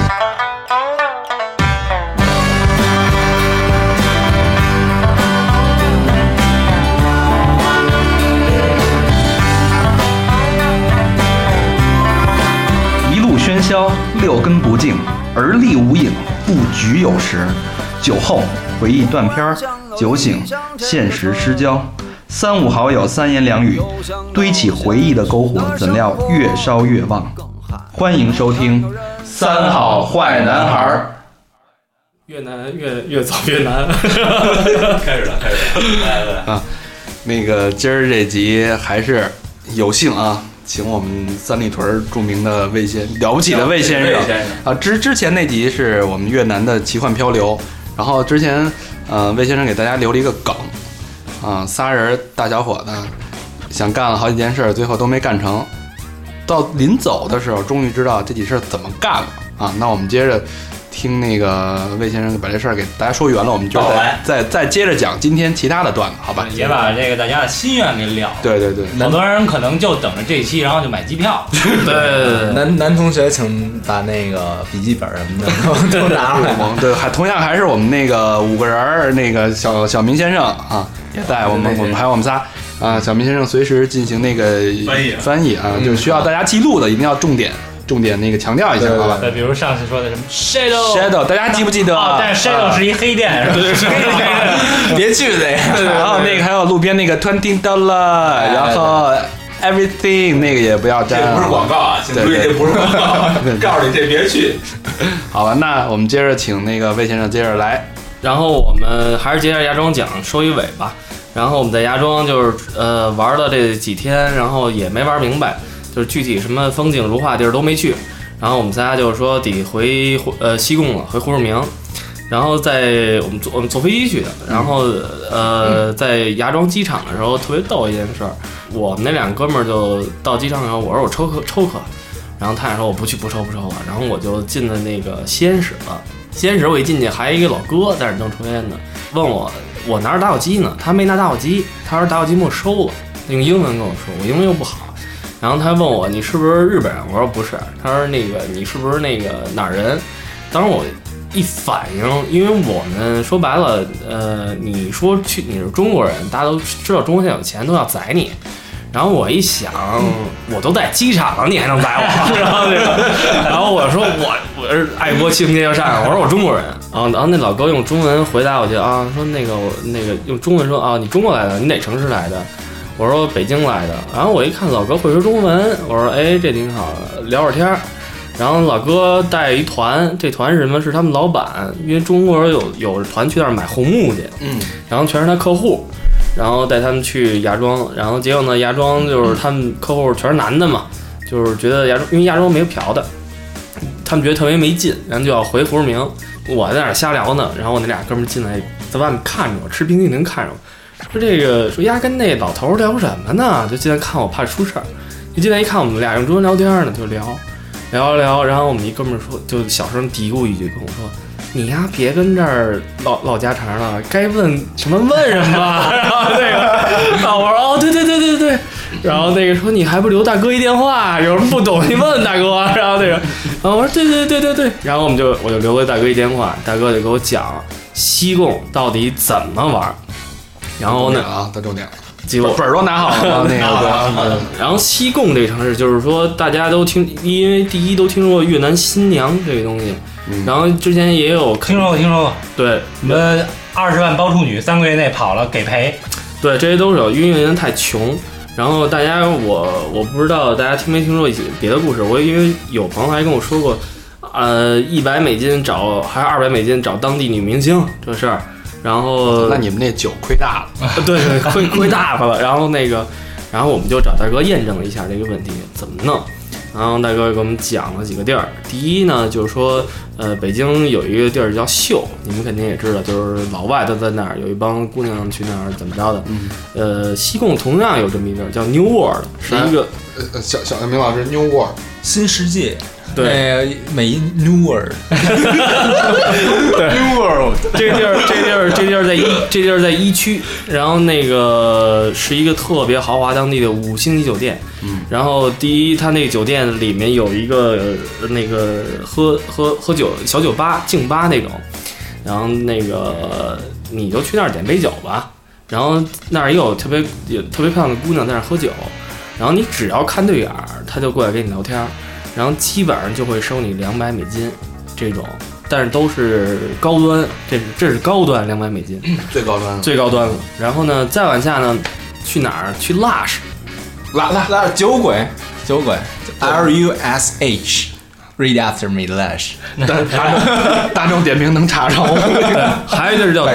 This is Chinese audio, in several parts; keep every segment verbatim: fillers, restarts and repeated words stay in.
喧嚣六根不净，而立无影，不局有时。酒后回忆断片，酒醒现实失焦。三五好友三言两语，堆起回忆的篝火，怎料越烧越旺。欢迎收听《三好坏男孩》。 越南越越早越难。 开始了，开始了，来来来啊！那个今儿这集还是有幸啊。请我们三里屯著名的魏先了不起的魏先生啊，之之前那集是我们越南的奇幻漂流，然后之前呃魏先生给大家留了一个梗啊，仨人大小伙子想干了好几件事，最后都没干成，到临走的时候终于知道这几事怎么干了啊。那我们接着听那个魏先生把这事儿给大家说圆了，我们就再再再接着讲今天其他的段子，好吧？ 也把这个大家的心愿给了。 对对对， 好多人可能就等着这一期，然后就买机票。 对对对， 男男同学请把那个笔记本什么的都拿出来。 对，还同样还是我们那个五个人，那个小小明先生啊也在，我们我们还有我们仨啊，小明先生随时进行那个翻译翻译啊，就需要大家记录的，一定要重点。重点那个强调一下，好吧？ 对，比如上次说的什么 shadow shadow， 大家记不记得？ 哦，但是 shadow 是一黑店，是吧？ 对，是黑店，别去那个。 然后那个还有路边那个 twenty dollar， 然后 everything 那个也不要沾。 这不是广告啊，请注意，这不是广告，告诉你这别去。 好吧，那我们接着请那个魏先生接着来。 然后我们还是接着芽庄讲收一尾吧。然后我们在芽庄就是呃玩了这几天，然后也没玩明白。就是具体什么风景如画地儿都没去，然后我们仨就是说得回呃西贡了，回胡志明，然后在我们坐我们坐飞机去的，然后呃在芽庄机场的时候特别逗一件事儿，我们那两个哥们儿就到机场的时候，我说我抽颗抽颗，然后他俩说我不去不抽不抽了，然后我就进了那个吸烟室了，吸烟室我一进去还有一个老哥在那正抽烟呢，问我我拿着打火机呢，他没拿打火机，他说打火机没收了，用英文跟我说，我英文又不好。然后他问我你是不是日本人？我说不是。他说那个你是不是那个哪儿人？当时我一反应，因为我们说白了，呃，你说去你是中国人，大家都知道中国现在有钱都要宰你。然后我一想，我都在机场了，你还能宰我？然后那个，然后我说我我是爱国情节要上，我说我中国人啊。然后那老哥用中文回答我去啊，说那个我那个用中文说啊，你中国来的，你哪城市来的？我说北京来的，然后我一看老哥会说中文，我说哎这挺好，聊会儿天儿。然后老哥带一团，这团是什么？是他们老板，因为中国人有有团去那儿买红木去，嗯，然后全是他客户，然后带他们去芽庄，然后结果呢芽庄就是他们客户全是男的嘛，就是觉得芽庄因为芽庄没有嫖的，他们觉得特别没劲，然后就要回胡志明。我在那儿瞎聊呢，然后我那俩哥们进来在外面看着我，吃冰激凌看着我。说这个说丫跟那老头聊什么呢？就进来看我，怕出事儿。一进来一看，我们俩用中文聊天呢，就聊聊聊。然后我们一哥们儿说，就小声嘀咕一句跟我说：“你呀，别跟这儿唠唠家常了，该问什么问什么。”然后那个，啊，我说哦，对对对对对。然后那个说你还不留大哥一电话，有什么不懂你问大哥。然后那个，然后我说对对对对对。然后我们就我就留了大哥一电话，大哥就给我讲西贡到底怎么玩。然后呢？ 啊，到重点了， 结果本儿都拿好了，那个。 然后西贡这个城市，就是说大家都听，因为第一都听说过越南新娘这个东西，嗯、然后之前也有听说过，听说过。 对， 什么二十万包处女，三个月内跑了给赔。 对，这些都是有，因为越南太穷。然后大家，我我不知道大家听没听说一些别的故事，我因为有朋友还跟我说过，呃，一百美金找还是二百美金找当地女明星这事儿。然后， 那你们那酒亏大了， 对对，亏亏大发了。然后那个，然后我们就找大哥验证了一下这个问题怎么弄。然后大哥给我们讲了几个地儿。第一呢，就是说，呃，北京有一个地儿叫秀，你们肯定也知道，就是老外都在那儿，有一帮姑娘去那儿怎么着的。嗯、呃，西贡同样有这么一地儿叫 New World， 是一个呃小小明老师 New World 新世界。 对， 美音 New World，New World， 这个地儿，这个地儿，这地儿在一，这地儿在一区，然后那个是一个特别豪华当地的五星级酒店。嗯，然后第一，它那个酒店里面有一个那个喝喝喝酒小酒吧、静吧那种，然后那个你就去那儿点杯酒吧，然后那儿也有特别有特别漂亮的姑娘在那儿喝酒，然后你只要看对眼儿，他就过来跟你聊天。然后基本上就会收你两百美金，这种，但是都是高端，这是这是高端两百美金， 最高端最高端了。然后呢，再往下呢，去哪儿？去 Lush， 拉拉拉酒鬼，酒鬼 ，L U S H。Read after me, Lush。 大众大众点评能查着。 还有一个是叫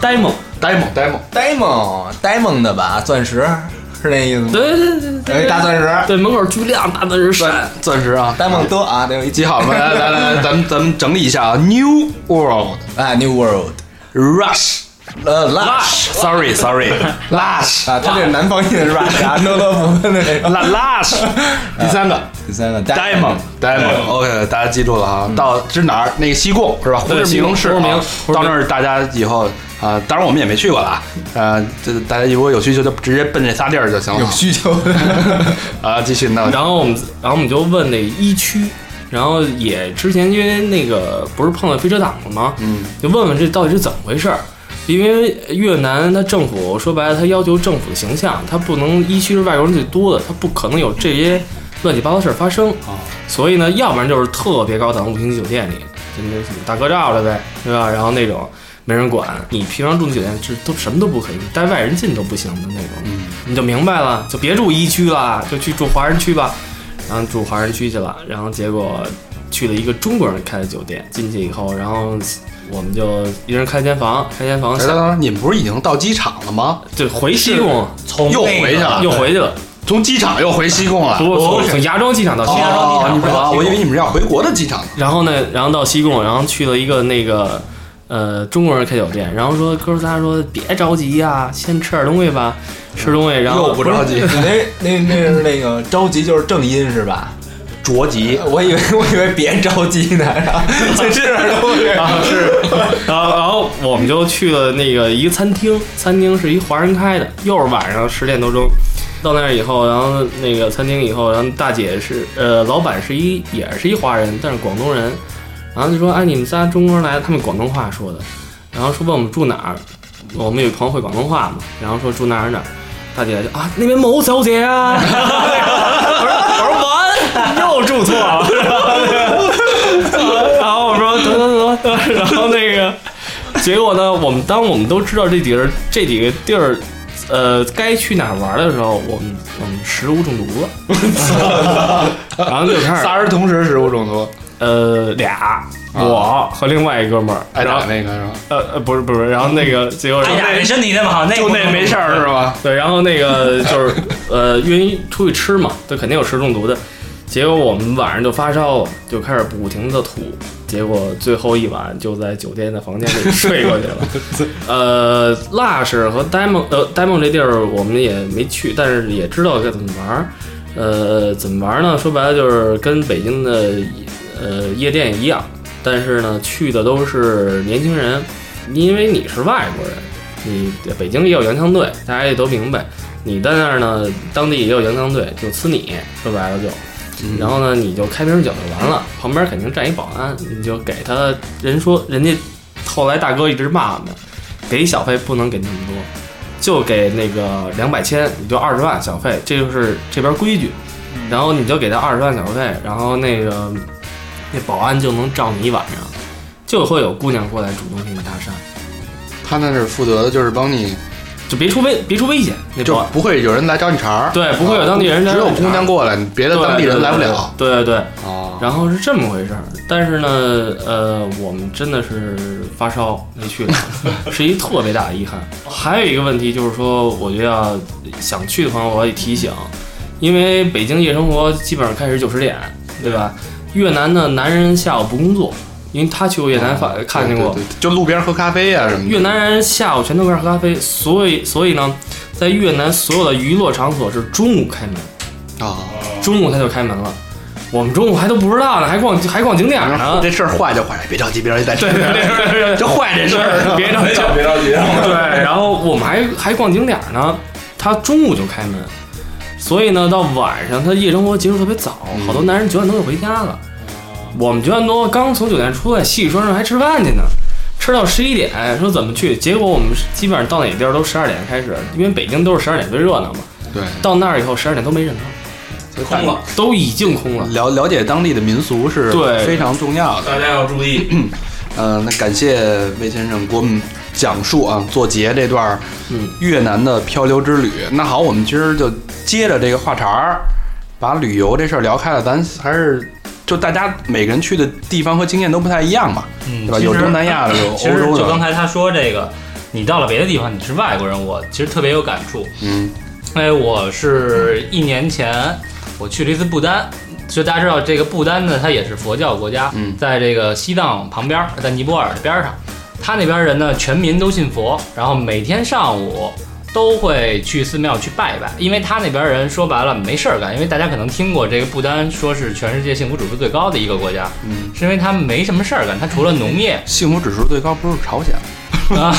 Diamond，Diamond，Diamond，Diamond 的吧？钻石是那意思吗？ 对对对对， 哎，大钻石， 对，门口巨亮，大钻石闪， 钻石啊 ，Diamond 的啊，得有一记好了吗？来来来，咱们咱们整理一下啊 ，New World， 啊 ，New World，Rush， 呃 ，Lush，Sorry Sorry，Lush 啊，他这是南方音的 Rush 啊，诺乐部分的那种 ，Lush， 第三个。 第三个 Diamond，Diamond，OK， 大家记住了啊。到这是哪儿？那个西贡是吧？胡志明市， 胡志明， 到那儿大家以后啊，当然我们也没去过了啊。呃，这大家如果有需求，就直接奔这仨地儿就行了。 有需求啊，继续那。 然后我们，然后我们就问那一区，然后也之前因为那个不是碰到飞车党了吗？嗯，就问问这到底是怎么回事儿。因为越南它政府说白了，它要求政府的形象，它不能一区是外国人最多的，它不可能有这些乱七八糟事儿发生。哦，所以呢，要不然就是特别高档五星级酒店里，就那什么大合照了呗，对吧？然后那种没人管，你平常住的酒店这都什么都不可以，你带外人进都不行的那种。嗯，你就明白了，就别住一区了，就去住华人区吧。然后住华人区去了，然后结果去了一个中国人开的酒店，进去以后，然后我们就一人开间房，开间房。 等等，你们不是已经到机场了吗？ 对，回西贡， 从又回去了， 又回去了， 从机场又回西贡了。 不不，从芽庄机场到西贡。 哦，你们啊，我以为你们是要回国的机场。 然后呢，然后到西贡，然后去了一个那个呃中国人开酒店，然后说哥仨说别着急呀，先吃点东西吧，吃东西，然后又不着急。 你那那那是那个着急就是正音是吧？ 着急， 我以为我以为别着急呢，然后再吃点东西。 啊是，然后然后我们就去了那个一个餐厅，餐厅是一华人开的，又是晚上十点多钟。到那儿以后，然后那个餐厅以后，然后大姐是呃老板是一也是一华人，但是广东人，然后就说哎你们仨中国人来，他们广东话说的，然后说问我们住哪儿，我们有朋友会广东话嘛，然后说住哪儿哪儿，大姐就啊那边冇小姐啊，我说我说完又住错了，然后我说得得得，然后那个结果呢，我们当我们都知道这几个这几个地儿。呃，该去哪儿玩的时候，我们我们食物中毒了，然后就开始仨人同时食物中毒， 呃，俩，我和另外一哥们儿， 挨打那个是吧？ 呃呃，不是不是，然后那个结果哎呀，你身体那么好，那就那没事儿是吧？ 对，然后那个就是呃，愿意出去吃嘛，就肯定有食中毒的。结果我们晚上就发烧了，就开始不停的吐，结果最后一晚就在酒店的房间里睡过去了。呃，Lush 和 Diamond 呃 Diamond 这地儿我们也没去，但是也知道该怎么玩。呃，怎么玩呢？说白了就是跟北京的呃夜店一样，但是呢去的都是年轻人，因为你是外国人，你北京也有洋枪队，大家也都明白。你在那儿呢，当地也有洋枪队，就呲你，说白了就。然后呢，你就开瓶酒就完了，旁边肯定站一保安，你就给他人说，人家后来大哥一直骂我们，给小费不能给那么多，就给那个两百千，你就二十万小费，这就是这边规矩。然后你就给他二十万小费，然后那个那保安就能罩你一晚上，就会有姑娘过来主动给你搭讪。 他那是负责的就是帮你。 就别出危别出危险，那就不会有人来找你茬儿。 对，不会有当地人来， 只有姑娘过来，别的当地人来不了。 对对对， 哦， 然后是这么回事儿。但是呢，呃，我们真的是发烧没去了，是一特别大的遗憾。还有一个问题就是说，我觉得要想去的朋友，我得提醒，因为北京夜生活基本上开始九十点，对吧？越南的男人下午不工作。因为他去过越南，发看见过， 对对对，就路边喝咖啡啊什么的。 越南人下午全都开始喝咖啡，所以所以呢，在越南所有的娱乐场所是中午开门， 啊， 中午他就开门了。 我们中午还都不知道呢，还逛还逛景点呢。 这事儿坏就坏，别着急，别着急，再对对对对， 就坏这事儿， 别着急， 别着急。 对，然后我们还还逛景点呢，他中午就开门，所以呢，到晚上他夜生活结束特别早，好多男人九点多就回家了。我们九点多刚从酒店出来，细雨双人还吃饭去呢，吃到十一点，说怎么去？结果我们基本上到哪地儿都十二点开始，因为北京都是十二点最热闹嘛。 对， 到那儿以后十二点都没人了。空了，都已经空了。 了了解当地的民俗是非常重要的， 大家要注意。 呃，那感谢魏先生给我们讲述啊，做节这段越南的漂流之旅。那好，我们今儿就接着这个话茬儿，把旅游这事儿聊开了，咱还是就大家每个人去的地方和经验都不太一样嘛， 嗯， 对吧？有东南亚的，有欧洲的。 其实就刚才他说这个，你到了别的地方，你是外国人，我其实特别有感触。 嗯， 因为我是一年前。我去了一次不丹，就大家知道这个不丹呢，它也是佛教国家， 嗯， 在这个西藏旁边，在尼泊尔的边上，他那边人呢全民都信佛，然后每天上午都会去寺庙去拜一拜，因为他那边人说白了没事儿干，因为大家可能听过这个不丹说是全世界幸福指数最高的一个国家， 嗯， 是因为他没什么事儿干，他除了农业， 幸福指数最高不是朝鲜啊，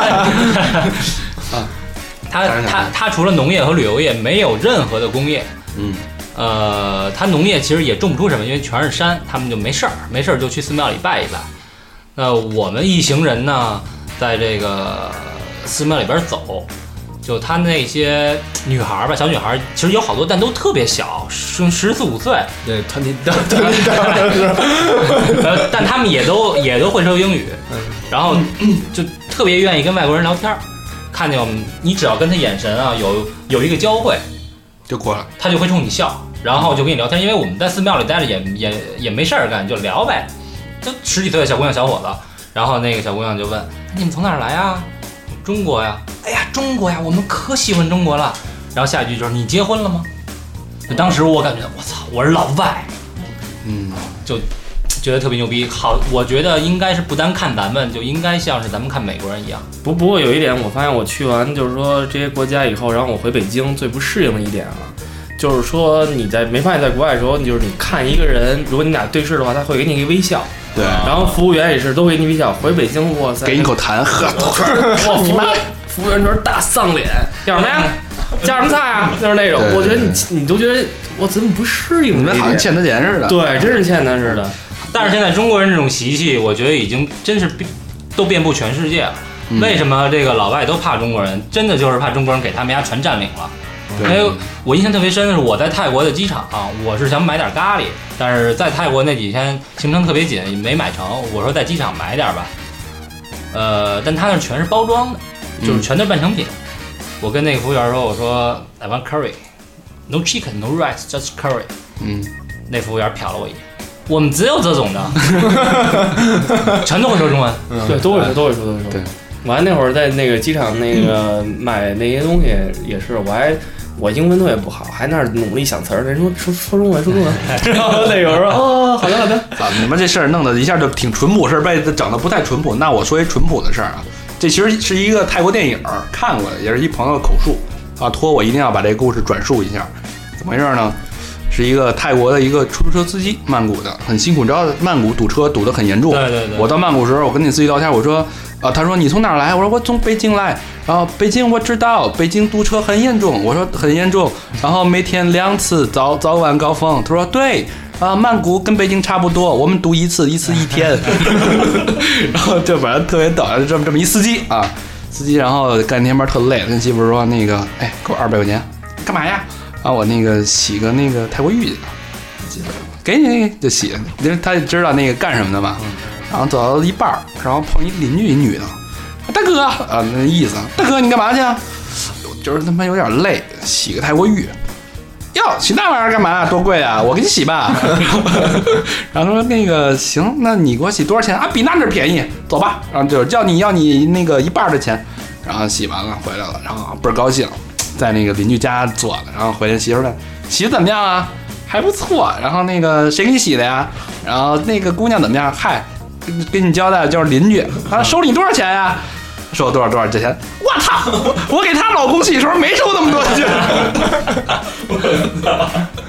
啊， 他他他除了农业和旅游业，没有任何的工业， 嗯。 呃，他农业其实也种不出什么，因为全是山，他们就没事儿，没事儿就去寺庙里拜一拜。那我们一行人呢，在这个寺庙里边走，就他那些女孩吧，小女孩，其实有好多，但都特别小，十十四五岁。 对，团体当团体当呃，但他们也都也都会说英语，然后就特别愿意跟外国人聊天。看见我们，你只要跟他眼神啊有有一个交汇， 就过来， 他就会冲你笑。然后就跟你聊天，因为我们在寺庙里待着也也也没事儿干，就聊呗。就十几岁的小姑娘小伙子，然后那个小姑娘就问：“你们从哪儿来啊？”“中国呀。”“哎呀，中国呀，我们可喜欢中国了。”然后下一句就是：“你结婚了吗？”就当时我感觉我操，我是老外， 嗯， 就觉得特别牛逼。好，我觉得应该是不单看咱们，就应该像是咱们看美国人一样。 不不过有一点，我发现我去完就是说这些国家以后，然后我回北京最不适应的一点啊。就是说你在没发现在国外的时候，就是你看一个人，如果你俩对视的话，他会给你一个微笑， 对， 然后服务员也是都给你微笑。回北京，哇塞， 给你口痰，喝， 哇，服务员服务员全是大丧脸，要什么呀？加什么菜啊？就是那种，我觉得你你都觉得我怎么不适应？ 你们好像欠他钱似的， 对，真是欠他似的。 但是现在中国人这种习气，我觉得已经真是都遍布全世界了。 嗯、 为什么这个老外都怕中国人？真的就是怕中国人给他们家全占领了。因为我印象特别深的是，我在泰国的机场、啊，我是想买点咖喱，但是在泰国那几天行程特别紧，没买成。我说在机场买点吧，呃，但他那全是包装的，就是全都是半成品。嗯、我跟那个服务员说，我说 I want curry, no chicken, no rice, just curry。 嗯， 那服务员瞟了我一眼，我们只有这种的，全都会说中文， 嗯、对，都会说，都会说，都会说。对。完那会儿在那个机场那个买那些东西也是，我还我英文特别不好，还那儿努力想词儿。人说说说中文，说中文，然后那个说哦，好的好的。 啊，你们这事儿弄得一下就挺淳朴，事儿被整得不太淳朴。那我说一淳朴的事儿啊，这其实是一个泰国电影，看过的，也是一朋友的口述啊，托我一定要把这个故事转述一下。怎么回事呢？是一个泰国的一个出租车司机，曼谷的，很辛苦。你知道曼谷堵车堵得很严重。 对对对。 我到曼谷时候，我跟那司机聊天，我说。啊，他说你从哪儿来？我说我从北京来。然后北京我知道，北京堵车很严重。我说很严重。然后每天两次早早晚高峰。他说对，啊，曼谷跟北京差不多，我们堵一次，一次一天。然后就反正特别逗，这么这么一司机啊，司机，然后干天班特累，跟媳妇说那个，哎，给我二百块钱，干嘛呀？啊，我那个洗个那个泰国浴去。给你就洗，因为他知道那个干什么的嘛。然后走到一半，然后碰一邻居一女的，大哥啊，那意思，大哥你干嘛去啊？就是他妈有点累，洗个泰国浴。哟，洗那玩意儿干嘛？多贵啊！我给你洗吧。然后说那个行，那你给我洗多少钱啊？比那那便宜，走吧。然后就是叫你要你那个一半的钱。然后洗完了回来了，然后倍儿高兴，在那个邻居家坐了。然后回来媳妇问洗的怎么样啊？还不错。然后那个谁给你洗的呀？然后那个姑娘怎么样？嗨。跟你交代就是邻居啊，收你多少钱呀？收多少多少钱？我操！我给她老公洗的时候没收那么多钱。我操！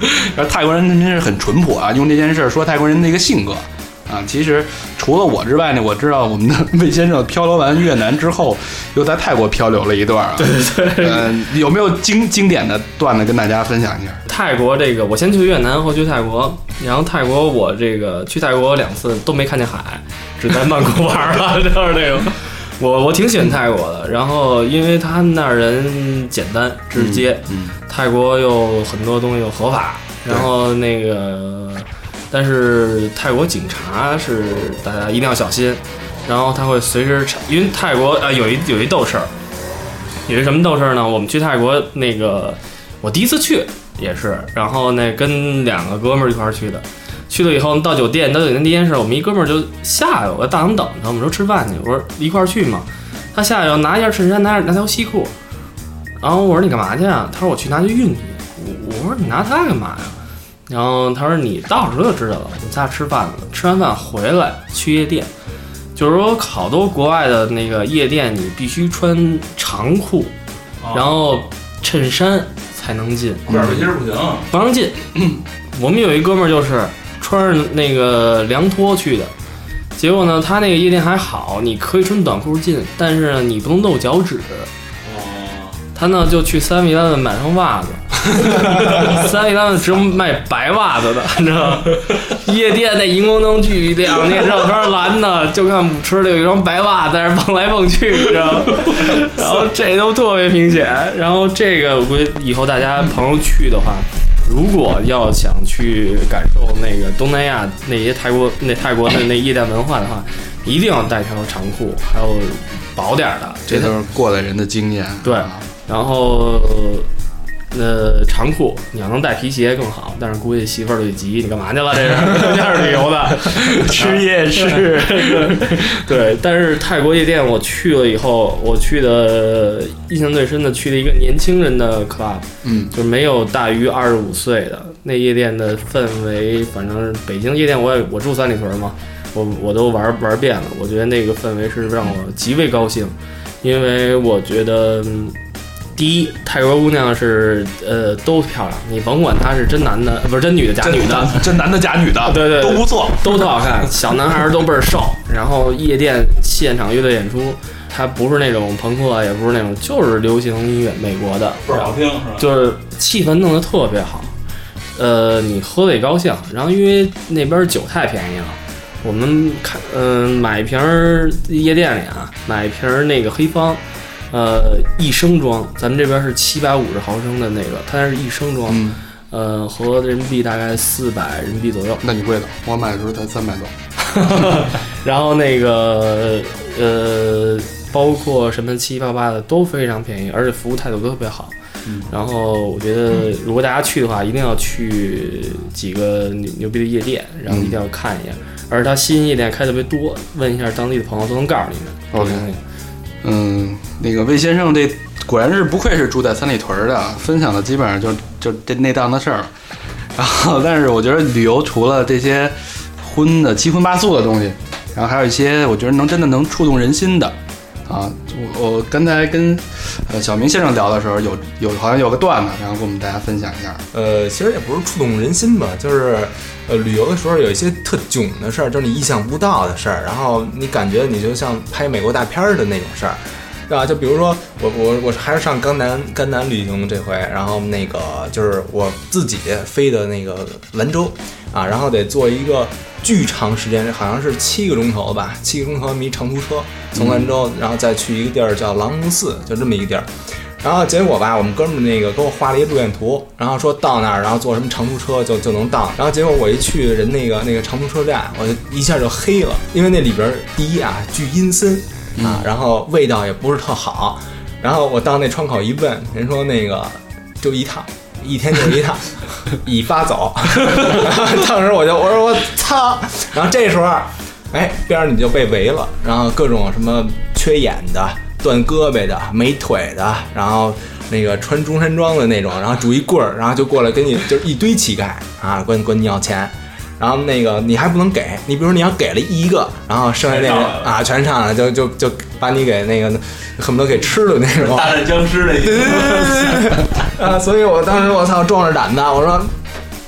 然后泰国人真是很淳朴啊，用这件事说泰国人的一个性格啊。其实除了我之外呢，我知道我们的魏先生漂流完越南之后，又在泰国漂流了一段啊。 对对对。 呃，有没有经经典的段子跟大家分享一下？ 泰国这个，我先去越南，后去泰国。然后泰国我这个去泰国两次都没看见海，只在曼谷玩了，就是那种。我我挺喜欢泰国的，然后因为他们那儿人简单直接， 嗯嗯、 泰国又很多东西又合法，然后那个，但是泰国警察是大家一定要小心，然后他会随时查，因为泰国啊、呃、有一有一逗事儿，有一什么逗事儿呢？我们去泰国那个，我第一次去也是，然后那跟两个哥们儿一块儿去的。去了以后到酒店，到酒店第一件事，我们一哥们儿就下去，我在大堂等他，我们说吃饭去，我说一块儿去嘛。他下去拿一件衬衫，拿拿条西裤，然后我说你干嘛去啊？他说我去拿去熨去。我我说你拿它干嘛呀？然后他说你到时候就知道了。我们仨吃饭了，吃完饭回来去夜店，就是说好多国外的那个夜店，你必须穿长裤，然后衬衫才能进， 裤衩背心不行， 不让进。我们有一哥们儿就是穿着那个凉拖去的，结果呢，他那个夜店还好，你可以穿短裤进，但是呢，你不能露脚趾。 哦， 他呢就去三维拉文买双袜子，三维拉文只有卖白袜子的，你知道吗？夜店那荧光灯巨亮，那照片蓝的，就看舞池里有一双白袜在那蹦来蹦去，你知道吗？然后这都特别明显。然后这个我估计以后大家朋友去的话，如果要想去感受那个东南亚那些泰国那泰国的那夜店文化的话，一定要带条长裤，还有薄点的， 这都是过来人的经验。 对，然后呃长裤你要能带皮鞋更好，但是估计媳妇儿就急，你干嘛去了？这是这是旅游的，吃夜市。对，但是泰国夜店我去了以后，我去的印象最深的，去了一个年轻人的 club， 嗯， 就是没有大于二十五岁的。那夜店的氛围，反正北京夜店我也我住三里屯嘛，我我都玩玩遍了。我觉得那个氛围是让我极为高兴，因为我觉得。第一，泰国姑娘是呃都漂亮，你甭管她是真男的，不是真女的假女的， 真男的假女的， 对对， 都不错， 都特好看。小男孩都倍儿瘦，然后夜店现场乐队演出，它不是那种朋克，也不是那种，就是流行音乐，美国的， 倍儿好听，是吧？ 就是气氛弄得特别好，呃，你喝的也高兴。然后因为那边酒太便宜了，我们看，嗯、呃，买一瓶夜店里啊，买一瓶那个黑方。呃，一升装，咱们这边是七百五十毫升的那个，它那是一升装， 嗯、 呃，合人民币大概四百人民币左右。 那你贵了，我买的时候才三百多。 然后那个呃，包括什么七七八八的都非常便宜，而且服务态度都特别好。 嗯、 然后我觉得，如果大家去的话，一定要去几个牛牛逼的夜店，然后一定要看一眼。嗯、而它新夜店开特别多，问一下当地的朋友都能告诉你们。 OK。嗯，那个魏先生这果然是不愧是住在三里屯的，分享的基本上就就这那档的事儿。然后，但是我觉得旅游除了这些荤的七荤八素的东西，然后还有一些我觉得能真的能触动人心的啊。我我刚才跟呃小明先生聊的时候，有有好像有个段子，然后跟我们大家分享一下。 呃，其实也不是触动人心吧，就是呃旅游的时候有一些特囧的事儿，就是你意想不到的事儿，然后你感觉你就像拍美国大片儿的那种事儿。对吧？就比如说我我我还是上甘南甘南旅行这回，然后那个就是我自己飞的那个兰州啊，然后得坐一个巨长时间，好像是七个钟头吧，七个钟头那么一长途车从兰州，然后再去一个地儿叫朗姆寺，就这么一个地儿。然后结果吧，我们哥们儿那个给我画了一路线图，然后说到那儿，然后坐什么长途车就就能到。然后结果我一去人那个那个长途车站，我就一下就黑了，因为那里边第一啊巨阴森。啊，然后味道也不是特好，然后我到那窗口一问，人说那个就一趟，一天就一趟，已发走。当时我就我说我操，然后这时候，哎，边上你就被围了，然后各种什么缺眼的、断胳膊的、没腿的，然后那个穿中山装的那种，然后拄一棍儿，然后就过来跟你就是一堆乞丐啊，管管你要钱。然后那个你还不能给，你比如说你要给了一个，然后剩下那个啊全上来就就就把你给那个恨不得给吃了那种大战僵尸那一对对对对对啊！所以我当时我操壮着胆子，我说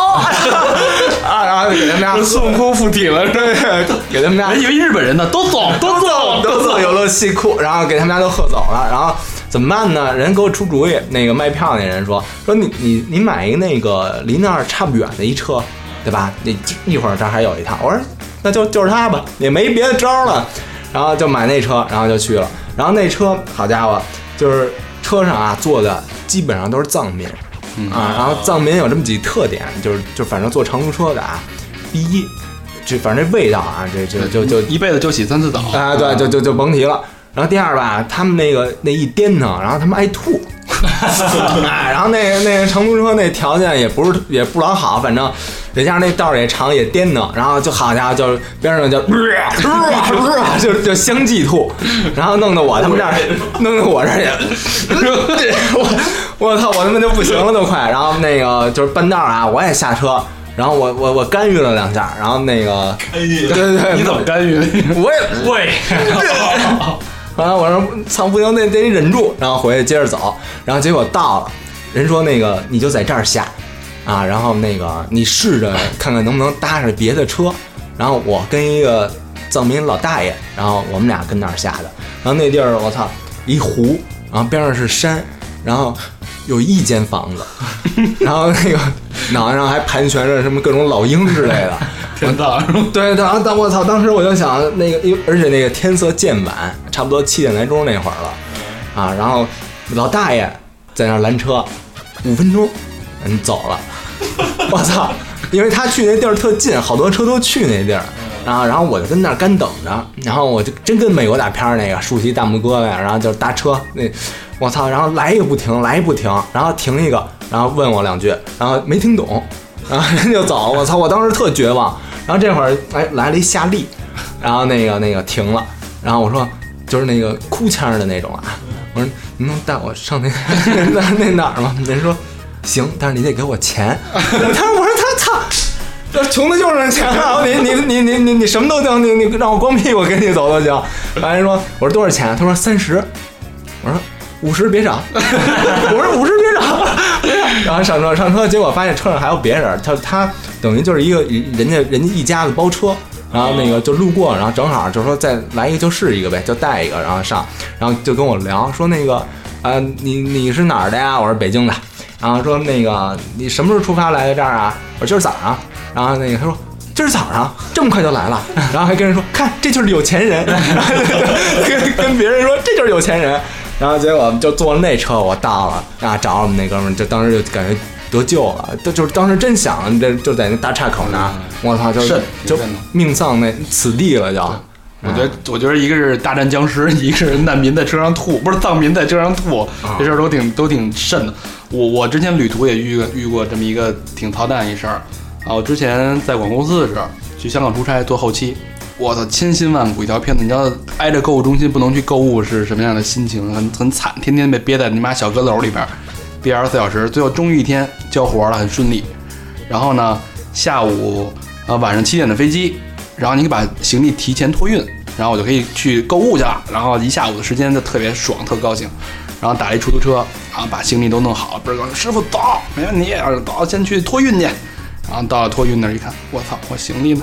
啊，然后给他们家孙悟空附体了， 对，给他们家以为日本人呢，都走都走都走有乐戏库，然后给他们家都喝走了，然后怎么办呢？人给我出主意，那个卖票那人说说你你你买一个那个离那儿差不远的一车，对吧？你一会儿这儿还有一趟，我说那就就是他吧，也没别的招了，然后就买那车，然后就去了，然后那车好家伙，就是车上啊坐的基本上都是藏民。嗯、啊，然后藏民有这么几特点，就是就反正坐长途车的啊，第一，这反正这味道啊，这这就就一辈子就洗三次澡啊，对，就就就甭提了。然后第二吧，他们那个那一颠腾，然后他们爱吐，哎，然后那个那个长途车那条件也不是也不老好，反正再加上那道也长也颠腾，然后就好家伙就边上就就就相继吐，然后弄得我他妈这儿弄得我这儿也，我我操我他妈就不行了都快，然后那个就是半道啊我也下车。然后我我我干预了两下，然后那个，对对对， 你怎么干预？ 我也喂， 完了我说操不行，得得忍住，然后回去接着走，然后结果到了，人说那个你就在这儿下，啊，然后那个你试着看看能不能搭上别的车，然后我跟一个藏民老大爷，然后我们俩跟那儿下的，然后那地儿我操一湖，然后边上是山，然后有一间房子，然后那个脑袋上还盘旋着什么各种老鹰之类的， 天葬是吧？ 对，当当我操，当时我就想那个，因为而且那个天色渐晚，差不多七点来钟那会儿了，啊，然后老大爷在那儿拦车，五分钟，嗯，走了，我操，因为他去那地儿特近，好多车都去那地儿。啊，然后我就跟那儿干等着，然后我就真跟美国大片那个竖起大拇哥来，然后就是搭车那，我操，然后来一个不停，来一不停，然后停一个，然后问我两句，然后没听懂，然后人就走，我操，我当时特绝望。然后这会儿哎来了一夏利，然后那个那个停了，然后我说就是那个哭腔的那种啊，我说你能带我上那那那哪儿吗？人说行，但是你得给我钱。我他我说他操。这穷的就是钱啊！你你你你你你什么都行，你你让我光屁股跟你走都行。完人说，我说多少钱？他说三十。我说五十别涨。我说五十别涨。然后上车上车，结果发现车上还有别人，他他等于就是一个人家人家一家子包车，然后那个就路过，然后正好就说再来一个就是一个呗，就带一个，然后上，然后就跟我聊说那个啊、呃、你你是哪儿的呀？我说北京的。然后说那个你什么时候出发来的这儿啊？我说今儿早上。然后那个他说今儿早上这么快就来了，然后还跟人说看这就是有钱人，跟跟别人说这就是有钱人，然后结果就坐了那车，我到了啊，找我们那哥们儿，就当时就感觉得救了，就就是当时真想这就在那大岔口那儿，我操，就就命丧那此地了就。 我觉得，我觉得一个是大战僵尸，一个是难民在车上吐，不是藏民在车上吐， 啊、 这事儿都挺都挺瘆的。我我之前旅途也遇过遇过这么一个挺操蛋一事儿。啊，我之前在广告公司的时候，去香港出差做后期，我操，千辛万苦一条片子，你知道挨着购物中心不能去购物是什么样的心情？很很惨，天天被憋在你妈小阁楼里边，憋二十四小时，最后终于一天交活了，很顺利。然后呢，下午呃晚上七点的飞机，然后你可以把行李提前托运，然后我就可以去购物去了，然后一下午的时间就特别爽，特高兴。然后打一出租车，然后把行李都弄好了，不是说师傅走，没问题，走，先去托运去。然后到了托运那儿一看，我操，我行李呢？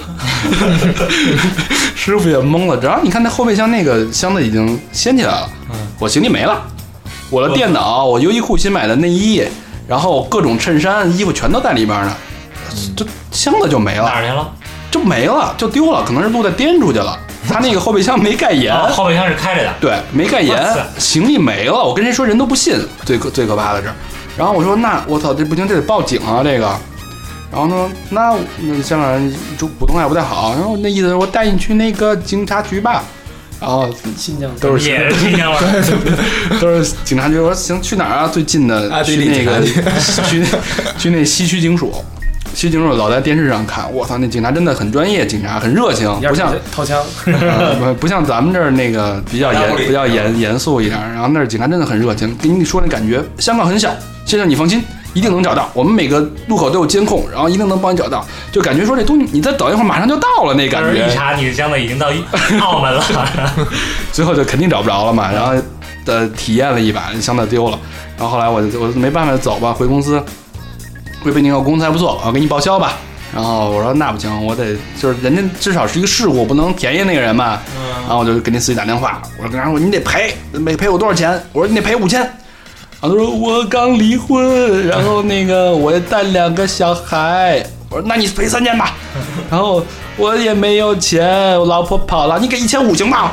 师傅也懵了。然后你看那后备箱那个箱子已经掀起来了，我行李没了，我的电脑，我优衣库新买的内衣，然后各种衬衫、衣服全都在里边呢，这箱子就没了。 哪儿去了？ 就没了，就丢了，可能是路在颠出去了。他那个后备箱没盖严， 哦、后备箱是开着的， 对，没盖严，行李没了。我跟谁说人都不信，最可最可怕的是。然后我说那我操，这不行，这得报警啊，这个。然后呢，那那香港人就普通话也不太好，然后那意思是我带你去那个警察局吧。然后新疆都是也是新疆味儿， 都是警察局。我说行，去哪儿啊？最近的啊， 去那个去去那西区警署。西区警署老在电视上看，我操，那警察真的很专业，警察很热情，不像掏枪， 呃、不不像咱们这儿那个比较严比较严严肃一点。然后那儿警察真的很热情，跟你说那感觉，香港很小，先生你放心。一定能找到，我们每个路口都有监控，然后一定能帮你找到。就感觉说这东西，你再等一会儿马上就到了，那感觉。 一查你的箱子已经到澳门了， 最后就肯定找不着了嘛。然后呃体验了一把，箱子丢了。然后后来我就我没办法走吧，回公司， 回北京以后工资还不错，我给你报销吧。然后我说那不行，我得就是人家至少是一个事故，不能便宜那个人嘛。嗯、然后我就给那司机打电话，我说跟他说你得赔，没赔我多少钱？我说你得赔五千。然后他说我刚离婚，然后那个我也带两个小孩。我说那你赔三千吧。然后我也没有钱，我老婆跑了，你给一千五行吗？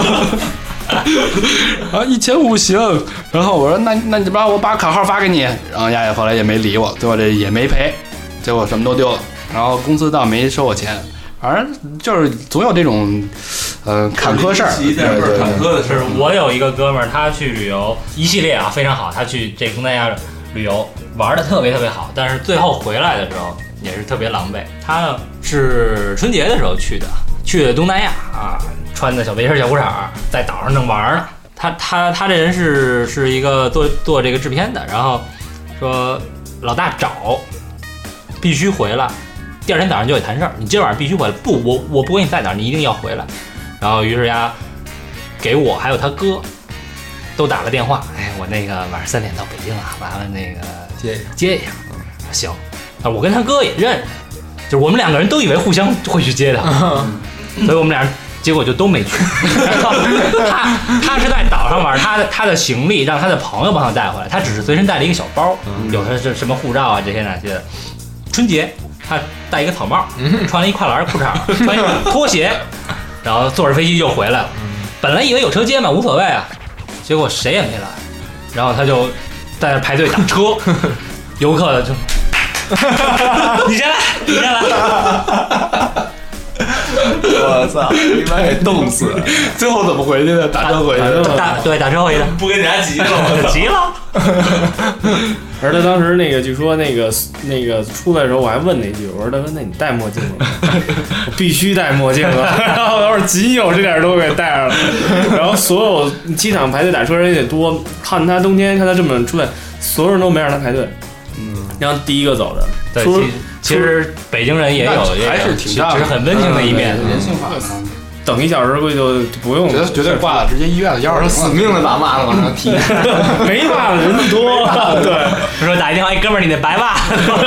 啊，一千五行。然后我说那那你把我把卡号发给你。然后丫丫后来也没理我，最后这也没赔，结果什么都丢了。然后公司倒没收我钱，反正就是总有这种，呃，坎坷事儿。 对对对，坎坷的事儿。 我有一个哥们儿，他去旅游一系列啊，非常好。他去这东南亚旅游玩的特别特别好，但是最后回来的时候也是特别狼狈。他呢是春节的时候去的，去的东南亚啊，穿的小背心小裤衩，在岛上正玩呢。他他他这人是是一个做做这个制片的，然后说老大找，必须回来。第二天早上就得谈事儿，你今晚上必须回来。不，我我不管你在哪儿，你一定要回来。然后于是呀，给我还有他哥都打了电话。哎，我那个晚上三点到北京啊，完了那个接接一下。行，啊，我跟他哥也认识，就是我们两个人都以为互相会去接他，所以我们俩结果就都没去。然后他他是在岛上玩，他的他的行李让他的朋友帮他带回来，他只是随身带了一个小包，有他是什么护照啊这些那些的。春节。他戴一个草帽，穿了一跨栏裤衩，穿一个拖鞋，然后坐着飞机就回来了。本来以为有车接嘛，无所谓啊，结果谁也没来，然后他就在那排队打车，游客就，你先来，你先来。 我操！一般给冻死了。 最后怎么回去的？打车回去的。 打对打车回去的， 不跟人家急了， 急了。 而他当时那个，据说那个那个出来的时候，我还问那句，我说大哥，那你戴墨镜了？我必须戴墨镜了。然后要是仅有这点都给戴上了。然后所有机场排队打车人也多，看他冬天看他这么出来，所有人都没让他排队。嗯，然后第一个走的。 对，其实北京人也有， 还是挺大的， 只是很温情的一面， 人性化。 等一小时估计就不用， 绝绝对挂了，直接医院的幺二零， 死命的把袜子往上提， 没袜子人多，对， 说打一电话，哎，哥们儿，你那白袜。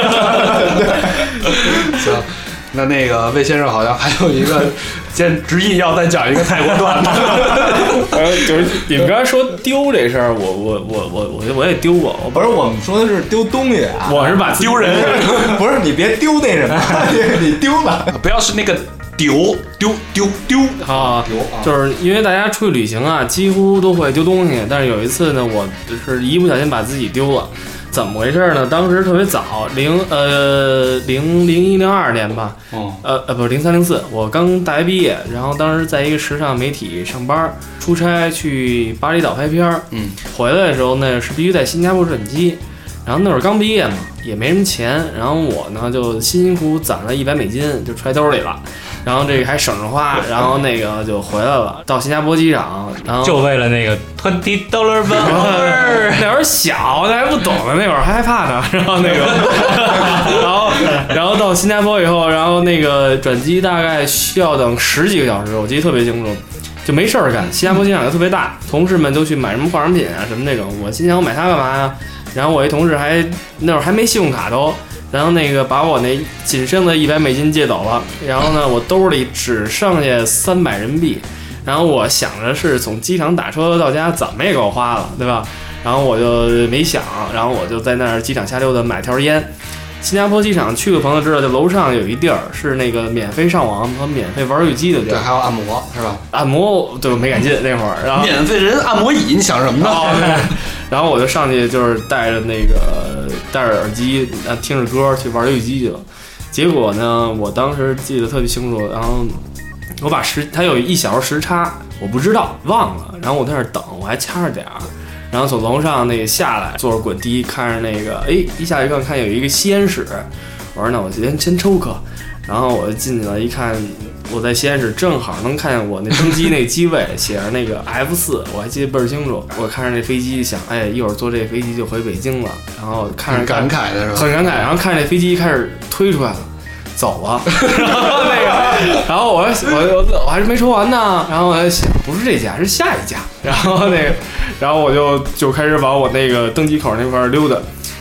行，那那个魏先生好像还有一个，先执意要再讲一个泰国段子。 呃，就是你们刚才说丢这事儿，我我我我我我也丢过， 不是我们说的是丢东西啊， 我是把丢人， 不是你别丢那什么，你丢了， 不要是那个。丢丢丢丢啊！丢啊！就是因为大家出去旅行啊，几乎都会丢东西。但是有一次呢，我是一不小心把自己丢了。怎么回事呢？当时特别早，零呃零零一零二年吧， 哦， 呃呃不是零三零四，我刚大学毕业，然后当时在一个时尚媒体上班，出差去巴厘岛拍片儿， 嗯， 回来的时候呢是必须在新加坡转机。然后那会儿刚毕业嘛，也没什么钱，然后我呢就辛辛苦苦攒了一百美金，就揣兜里了，然后这个还省着花，然后那个就回来了，到新加坡机场，然后就为了那个 twenty dollar bill， 那会儿小，那还不懂呢，那会儿还害怕呢，然后那个，然后然后到新加坡以后，然后那个转机大概需要等十几个小时，我记得特别清楚。就没事儿干，新加坡机场又特别大，同事们都去买什么化妆品啊什么那种，我心想我买它干嘛呀？然后我一同事还那会儿还没信用卡都，然后那个把我那仅剩的一百美金借走了，然后呢我兜里只剩下三百人民币，然后我想着是从机场打车到家怎么也给我花了，对吧？然后我就没想，然后我就在那儿机场瞎溜达买条烟。新加坡机场去过朋友知道，就楼上有一地儿是那个免费上网和免费玩游戏机的地儿， 对，还有按摩是吧？ 按摩对我没敢进那会儿，然后免费人按摩椅，你想什么呢？ 哦、然后我就上去就是带着那个戴着耳机，听着歌去玩游戏机去了。结果呢，我当时记得特别清楚，然后我把时它有一小时时差，我不知道忘了，然后我在那儿等，我还掐着点儿。然后从楼上那个下来，坐着滚梯，看着那个，哎，一下一看看有一个吸烟室，我说那我先先抽颗，然后我就进去了，一看我在吸烟室正好能看见我那登机那机位写着那个 F 四，我还记得倍儿清楚。我看着那飞机想，哎，一会儿坐这飞机就回北京了，然后看着感慨的是吧？ 很感慨，然后看着那飞机开始推出来了。走了，然后那个，然后我我我还是没抽完呢，然后我在想，不是这家，是下一家，然后那个，然后我就就开始往我那个登机口那块溜达，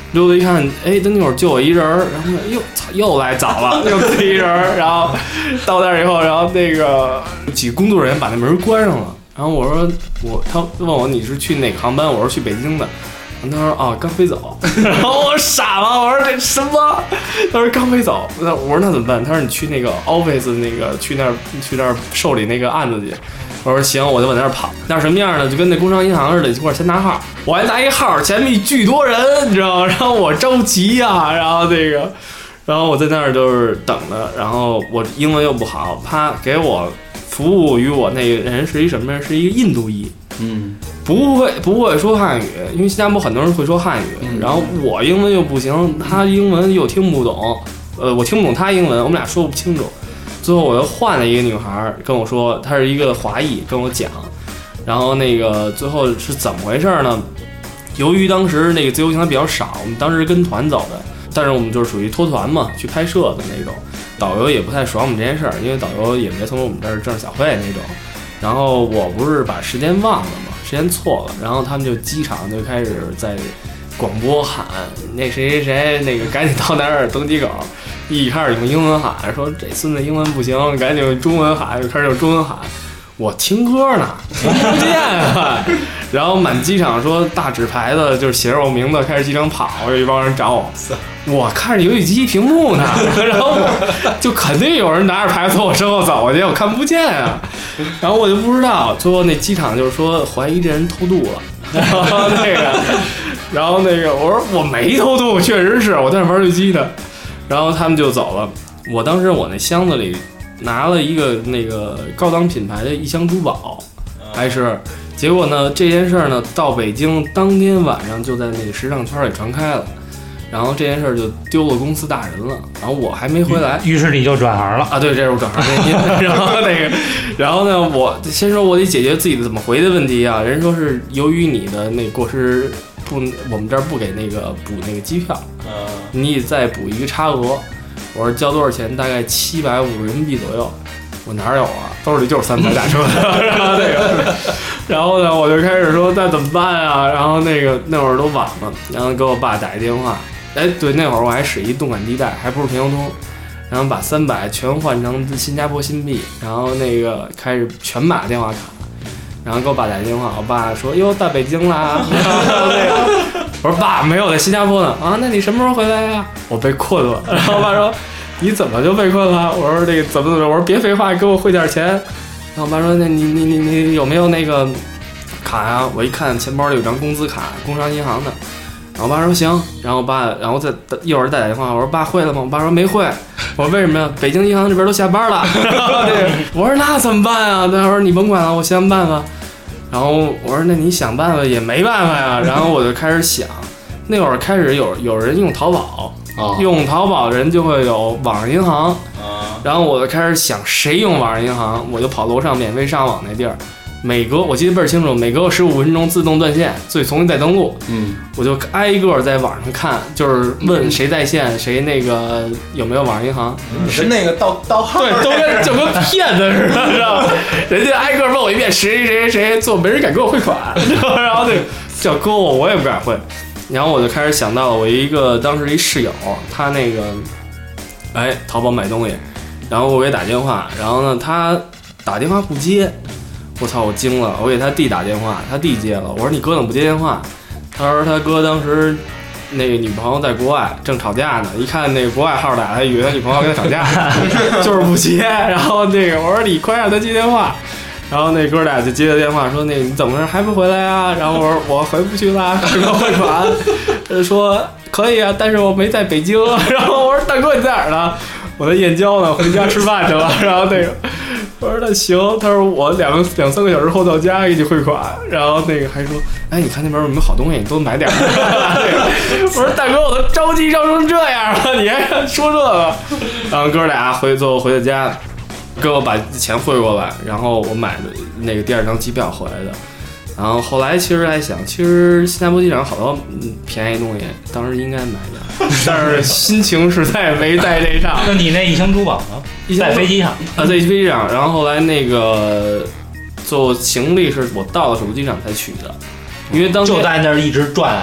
溜达一看，哎，他那会儿就我一人儿，然后又操又来早了，又自己一人儿，然后到那儿以后，然后那个几个工作人员把那门关上了，然后我说我他问我你是去哪个航班，我说去北京的。他说啊，刚飞走，然后我傻了，我说这什么？他说刚飞走，那我说那怎么办？他说你去那个 office 那个去那儿去那儿受理那个案子去。我说行，我就往那儿跑。那是什么样的？就跟那工商银行似的，一块儿先拿号，我还拿一号，前面巨多人，你知道吗？然后我着急呀、啊，然后那个，然后我在那儿就是等着，然后我英文又不好，啪给我服务于我那个人是一什么人？是一个印度裔。 嗯， 不会不会说汉语，因为新加坡很多人会说汉语， 嗯、 然后我英文又不行，他英文又听不懂，呃，我听不懂他英文，我们俩说不清楚。最后我又换了一个女孩跟我说，她是一个华裔，跟我讲，然后那个最后是怎么回事呢？由于当时那个自由行比较少，我们当时跟团走的，但是我们就是属于脱团嘛，去拍摄的那种，导游也不太爽我们这件事儿，因为导游也没从我们这儿挣小费那种。然后我不是把时间忘了嘛，时间错了，然后他们就机场就开始在广播喊那谁谁谁那个赶紧到那儿登机口，一开始用英文喊说这孙子英文不行，赶紧用中文喊，就开始用中文喊，我听歌呢，听不见啊。然后满机场说大纸牌子就是写着我名字，开始机场跑，有一帮人找我，我看着游戏机屏幕呢，然后我就肯定有人拿着牌子从我身后走过去，我看不见啊。然后我就不知道，最后那机场就是说怀疑这人偷渡了，然后那个，然后那个我说我没偷渡，确实是我在那玩游戏机的。然后他们就走了，我当时我那箱子里拿了一个那个高档品牌的一箱珠宝，还是。结果呢，这件事儿呢，到北京当天晚上就在那个时尚圈里传开了，然后这件事儿就丢了公司大人了。然后我还没回来， 于是你就转行了啊？对，这是我转行原因。然后那个，然后呢，我先说我得解决自己的怎么回的问题啊。人说是由于你的那过失不，我们这儿不给那个补那个机票，你得再补一个差额。我说交多少钱？大概七百五人民币左右。我哪有啊？兜里就是三百打车的。然后那个，然后呢，我就开始说那怎么办啊？然后那个那会儿都晚了，然后给我爸打一电话。哎，对，那会儿我还使一动感地带，还不是平行通，然后把三百全换成新加坡新币，然后那个开始全码电话卡，然后给我爸打电话，我爸说哟到北京啦。然后那个我说爸没有在新加坡呢啊，那你什么时候回来呀？我被困了。然后我爸说。你怎么就被困了？我说这个怎么怎么？我说别废话，给我汇点钱。然后我爸说：“那你你你你有没有那个卡呀？”我一看钱包里有张工资卡，工商银行的。然后我爸说：“行。”然后我爸，然后再一会儿再打电话，我说：“爸汇了吗？”我爸说：“没汇。”我说：“为什么呀？北京银行这边都下班了。”我说：“那怎么办啊？”他说：“你甭管了，我想办法。”然后我说：“那你想办法也没办法呀。”然后我就开始想，那会儿开始有有人用淘宝。用淘宝人就会有网上银行，然后我就开始想谁用网上银行，我就跑楼上免费上网那地儿，每隔我记得倍儿清楚，每隔十五分钟自动断线，所以重新再登录。嗯，我就挨个在网上看，就是问谁在线，谁那个有没有网上银行， 是那个盗盗号， 对，都跟就跟骗子似的，知道吗？人家挨个问我一遍，谁谁谁谁做，没人敢给我汇款，然后那个叫哥我我也不敢汇。然后我就开始想到了我一个当时一室友，他那个，哎，淘宝买东西，然后我给打电话，然后呢他打电话不接，我操我惊了，我给他弟打电话，他弟接了，我说你哥怎么不接电话？他说他哥当时那个女朋友在国外正吵架呢，一看那个国外号打来，以为他女朋友跟他吵架，就是不接，然后那个我说你快让他接电话。然后那哥俩就接了电话说那你怎么着还不回来啊？然后我说我回不去了，赶快汇款。他说可以啊，但是我没在北京。然后我说大哥你在哪儿呢？我在燕郊呢，回家吃饭去了。然后那个我说那行，他说我两个两三个小时后到家给你汇款。然后那个还说哎你看那边有没有好东西，你多买点。我说大哥我都着急着成这样了，你还说这个？然后哥俩回最后回到家。给我把钱汇过来，然后我买的那个第二张机票回来的。然后后来其实还想，其实新加坡机场好多便宜东西，当时应该买点，但是心情实在没在这上。 那你那一箱珠宝呢？在飞机上啊，在飞机上。然后后来那个做行李是我到了首都机场才取的，因为当时就在那儿一直转啊。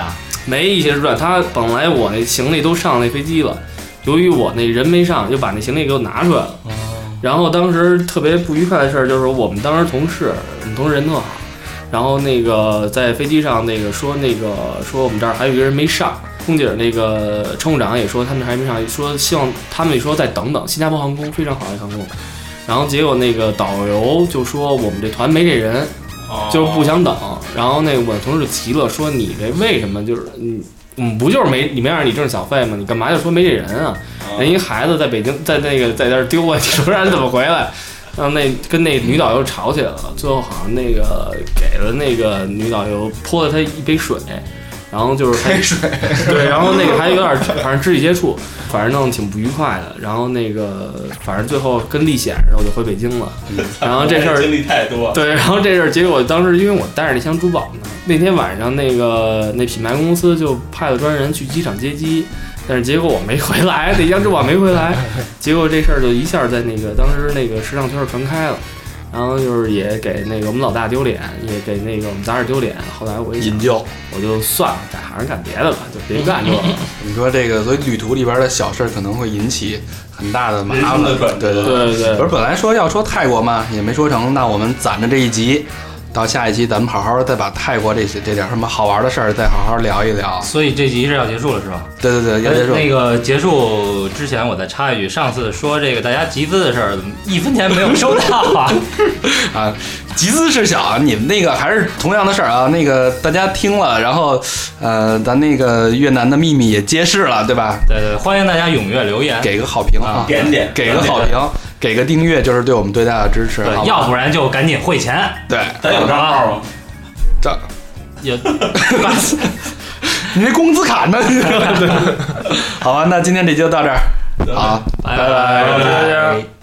没一些转。他本来我那行李都上那飞机了，由于我那人没上，就把那行李给我拿出来了。然后当时特别不愉快的事儿就是我们当时同事，我们同事人特好，然后那个在飞机上那个说那个说我们这儿还有一个人没上，空姐那个乘务长也说他们还没上，说希望他们说再等等。新加坡航空非常好的航空，然后结果那个导游就说我们这团没这人，就是不想等。然后那个我同事急了，说你这为什么就是你嗯不就是没你没让你挣小费吗？你干嘛就说没这人啊？人一孩子在北京在那个在那儿丢了，你说让人怎么回来？然后那跟那女导游吵起来了，最后好像那个给了那个女导游泼了她一杯水。然后就是开水， 对，然后那个还有点反正肢体接触，反正弄得挺不愉快的。然后那个反正最后跟历险，然后就回北京了。然后这事儿经历太多， 对，然后这事儿结果当时因为我带着那箱珠宝呢，那天晚上那个那品牌公司就派了专人去机场接机，但是结果我没回来，那箱珠宝没回来，结果这事儿就一下在那个当时那个时尚圈传开了。然后就是也给那个我们老大丢脸，也给那个我们杂志丢脸。后来我一引咎， 我就算了，改行干别的吧，就别干这个。 你说这个，所以旅途里边的小事可能会引起很大的麻烦。对对对对对。 不是本来说要说泰国嘛，也没说成，那我们攒着这一集，到下一期咱们好好再把泰国这些这点什么好玩的事儿再好好聊一聊。 所以这集是要结束了是吧？ 对对对，要结束。 那个结束之前，我再插一句，上次说这个大家集资的事儿，一分钱没有收到啊。 啊，集资事小啊，你们那个还是同样的事儿啊。那个大家听了，然后呃，咱那个越南的秘密也揭示了，对吧？ 对对，欢迎大家踊跃留言， 给个好评啊， 点点， 给个好评，给个订阅，就是对我们最大的支持。 对，要不然就赶紧汇钱。 对， 咱有账号吗？ 账也， 你那工资卡呢？好吧，那今天这就到这儿，好， 拜拜拜。